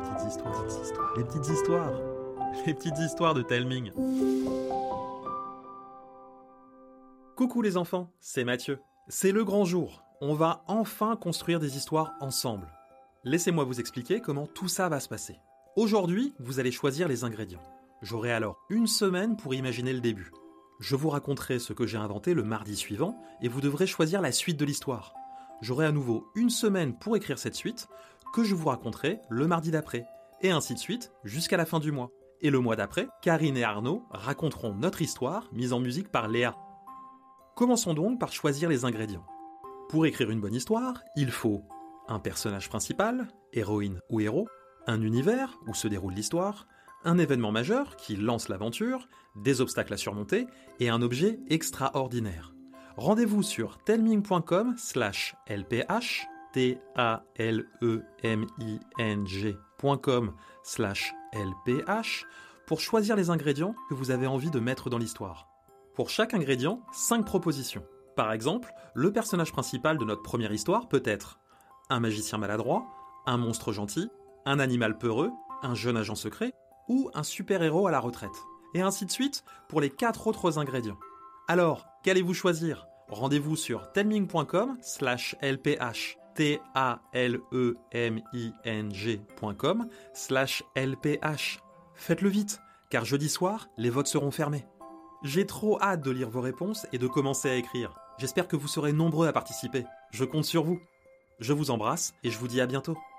Les petites histoires de Telming. Coucou les enfants, c'est Mathieu. C'est le grand jour. On va enfin construire des histoires ensemble. Laissez-moi vous expliquer comment tout ça va se passer. Aujourd'hui, vous allez choisir les ingrédients. J'aurai alors une semaine pour imaginer le début. Je vous raconterai ce que j'ai inventé le mardi suivant et vous devrez choisir la suite de l'histoire. J'aurai à nouveau une semaine pour écrire cette suite que je vous raconterai le mardi d'après. Et ainsi de suite jusqu'à la fin du mois. Et le mois d'après, Karine et Arnaud raconteront notre histoire mise en musique par Léa. Commençons donc par choisir les ingrédients. Pour écrire une bonne histoire, il faut un personnage principal, héroïne ou héros, un univers où se déroule l'histoire, un événement majeur qui lance l'aventure, des obstacles à surmonter et un objet extraordinaire. Rendez-vous sur telming.com/lph, telming.com/lph, pour choisir les ingrédients que vous avez envie de mettre dans l'histoire. Pour chaque ingrédient, 5 propositions. Par exemple, le personnage principal de notre première histoire peut être un magicien maladroit, un monstre gentil, un animal peureux, un jeune agent secret ou un super-héros à la retraite. Et ainsi de suite pour les 4 autres ingrédients. Alors, qu'allez-vous choisir ? Rendez-vous sur telming.com/lph, telming.com/lph. Faites-le vite, car jeudi soir, les votes seront fermés. J'ai trop hâte de lire vos réponses et de commencer à écrire. J'espère que vous serez nombreux à participer. Je compte sur vous. Je vous embrasse et je vous dis à bientôt.